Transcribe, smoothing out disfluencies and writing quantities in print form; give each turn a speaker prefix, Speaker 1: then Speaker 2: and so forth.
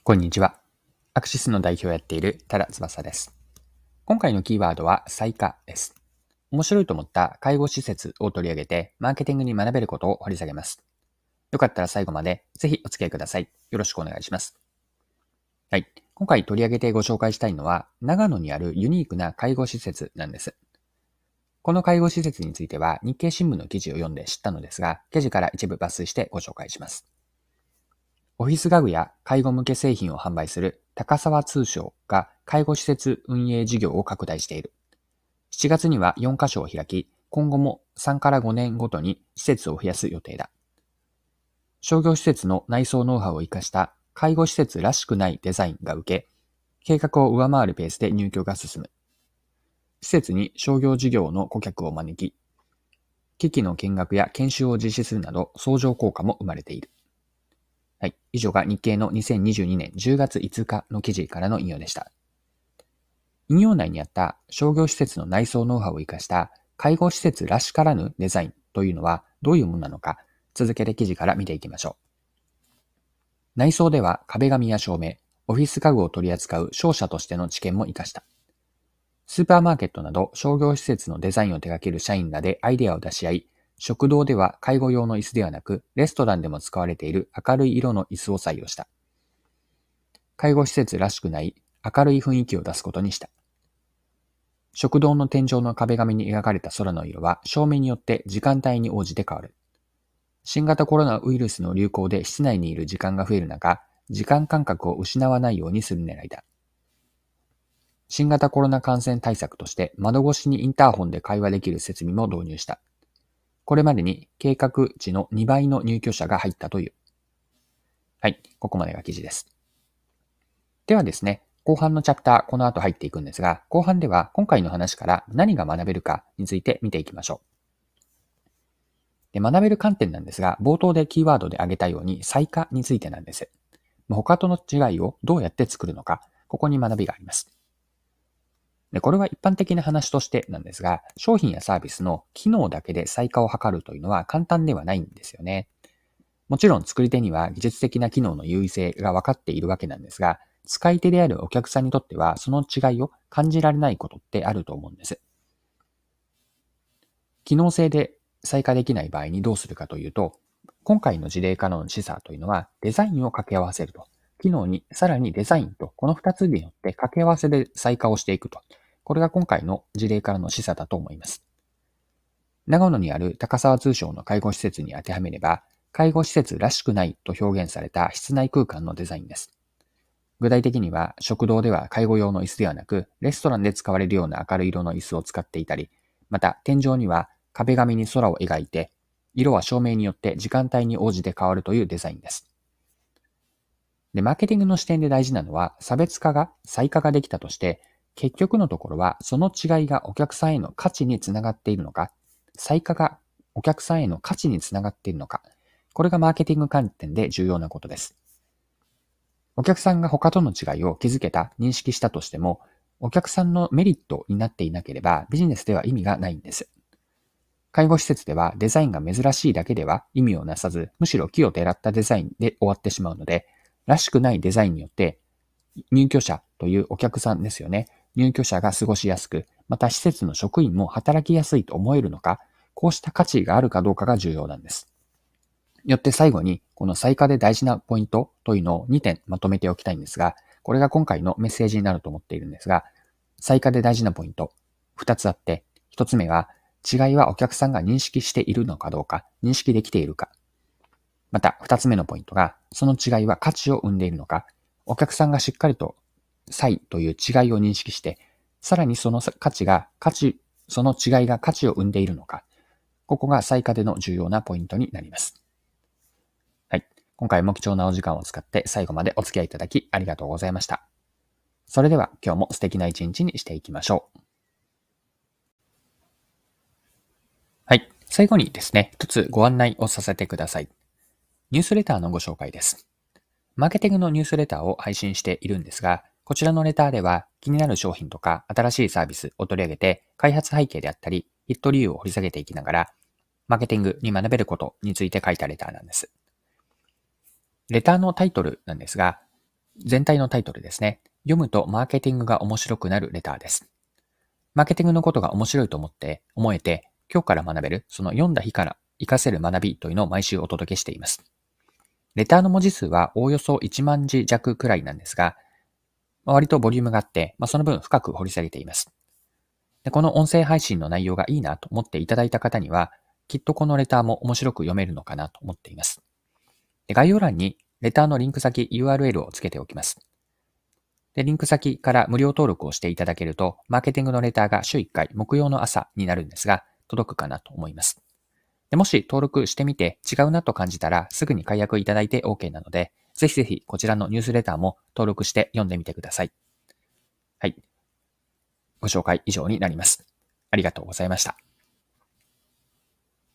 Speaker 1: こんにちは。アクシスの代表をやっている多田翼です。今回のキーワードは最価です。面白いと思った介護施設を取り上げて、マーケティングに学べることを掘り下げます。よかったら最後までぜひお付き合いください。よろしくお願いします。はい。今回取り上げてご紹介したいのは、長野にあるユニークな介護施設なんです。この介護施設については日経新聞の記事を読んで知ったのですが、記事から一部抜粋してご紹介します。オフィス家具や介護向け製品を販売する高沢通商が介護施設運営事業を拡大している。7月には4カ所を開き、今後も3から5年ごとに施設を増やす予定だ。商業施設の内装ノウハウを生かした介護施設らしくないデザインが受け、計画を上回るペースで入居が進む。施設に商業事業の顧客を招き、機器の見学や研修を実施するなど相乗効果も生まれている。はい。以上が日経の2022年10月5日の記事からの引用でした。引用内にあった商業施設の内装ノウハウを生かした介護施設らしからぬデザインというのはどういうものなのか、続けて記事から見ていきましょう。内装では壁紙や照明、オフィス家具を取り扱う商社としての知見も生かした。スーパーマーケットなど商業施設のデザインを手掛ける社員らでアイデアを出し合い、食堂では介護用の椅子ではなく、レストランでも使われている明るい色の椅子を採用した。介護施設らしくない明るい雰囲気を出すことにした。食堂の天井の壁紙に描かれた空の色は照明によって時間帯に応じて変わる。新型コロナウイルスの流行で室内にいる時間が増える中、時間感覚を失わないようにする狙いだ。新型コロナ感染対策として窓越しにインターホンで会話できる設備も導入した。これまでに計画値の2倍の入居者が入ったという。はい、ここまでが記事です。ではですね、後半のチャプター、この後入っていくんですが、後半では今回の話から何が学べるかについて見ていきましょう。で、学べる観点なんですが、冒頭でキーワードで挙げたように、最価についてなんです。他との違いをどうやって作るのか、ここに学びがあります。で、これは一般的な話としてなんですが、商品やサービスの機能だけで最価を測るというのは簡単ではないんですよね。もちろん作り手には技術的な機能の優位性が分かっているわけなんですが、使い手であるお客さんにとってはその違いを感じられないことってあると思うんです。機能性で最価できない場合にどうするかというと、今回の事例からの示唆というのはデザインを掛け合わせると。機能にさらにデザインとこの2つによって掛け合わせで最価をしていくと。これが今回の事例からの示唆だと思います。長野にある高沢通商の介護施設に当てはめれば、介護施設らしくないと表現された室内空間のデザインです。具体的には、食堂では介護用の椅子ではなく、レストランで使われるような明るい色の椅子を使っていたり、また天井には壁紙に空を描いて、色は照明によって時間帯に応じて変わるというデザインです。で、マーケティングの視点で大事なのは、差別化が再化ができたとして、結局のところはその違いがお客さんへの価値につながっているのか、再化がお客さんへの価値につながっているのか、これがマーケティング観点で重要なことです。お客さんが他との違いを気づけた、認識したとしても、お客さんのメリットになっていなければビジネスでは意味がないんです。介護施設ではデザインが珍しいだけでは意味をなさず、むしろ奇をてらったデザインで終わってしまうので、らしくないデザインによって入居者というお客さんですよね。入居者が過ごしやすく、また施設の職員も働きやすいと思えるのか、こうした価値があるかどうかが重要なんです。よって最後に、この最価で大事なポイントというのを2点まとめておきたいんですが、これが今回のメッセージになると思っているんですが、最価で大事なポイント、2つあって、1つ目は、違いはお客さんが認識しているのかどうか、認識できているか。また、2つ目のポイントが、その違いは価値を生んでいるのか、お客さんがしっかりと差異という違いを認識して、さらにそのその違いが価値を生んでいるのか、ここが最価での重要なポイントになります。はい。今回も貴重なお時間を使って最後までお付き合いいただきありがとうございました。それでは今日も素敵な一日にしていきましょう。はい。最後にですね、一つご案内をさせてください。ニュースレターのご紹介です。マーケティングのニュースレターを配信しているんですが、こちらのレターでは気になる商品とか新しいサービスを取り上げて、開発背景であったり、ヒット理由を掘り下げていきながら、マーケティングに学べることについて書いたレターなんです。レターのタイトルなんですが、 全体のタイトルですね。読むとマーケティングが面白くなるレターです。マーケティングのことが面白いと思えて、今日から学べる、その読んだ日から活かせる学びというのを毎週お届けしています。レターの文字数はおおよそ1万字弱くらいなんですが、割とボリュームがあって、その分深く掘り下げています。で、この音声配信の内容がいいなと思っていただいた方には、きっとこのレターも面白く読めるのかなと思っています。で、概要欄にレターのリンク先 URL をつけておきます。で、リンク先から無料登録をしていただけると、マーケティングのレターが週1回木曜の朝になるんですが、届くかなと思います。で、もし登録してみて違うなと感じたらすぐに解約いただいて OK なので、ぜひぜひこちらのニュースレターも登録して読んでみてください。はい。ご紹介以上になります。ありがとうございました。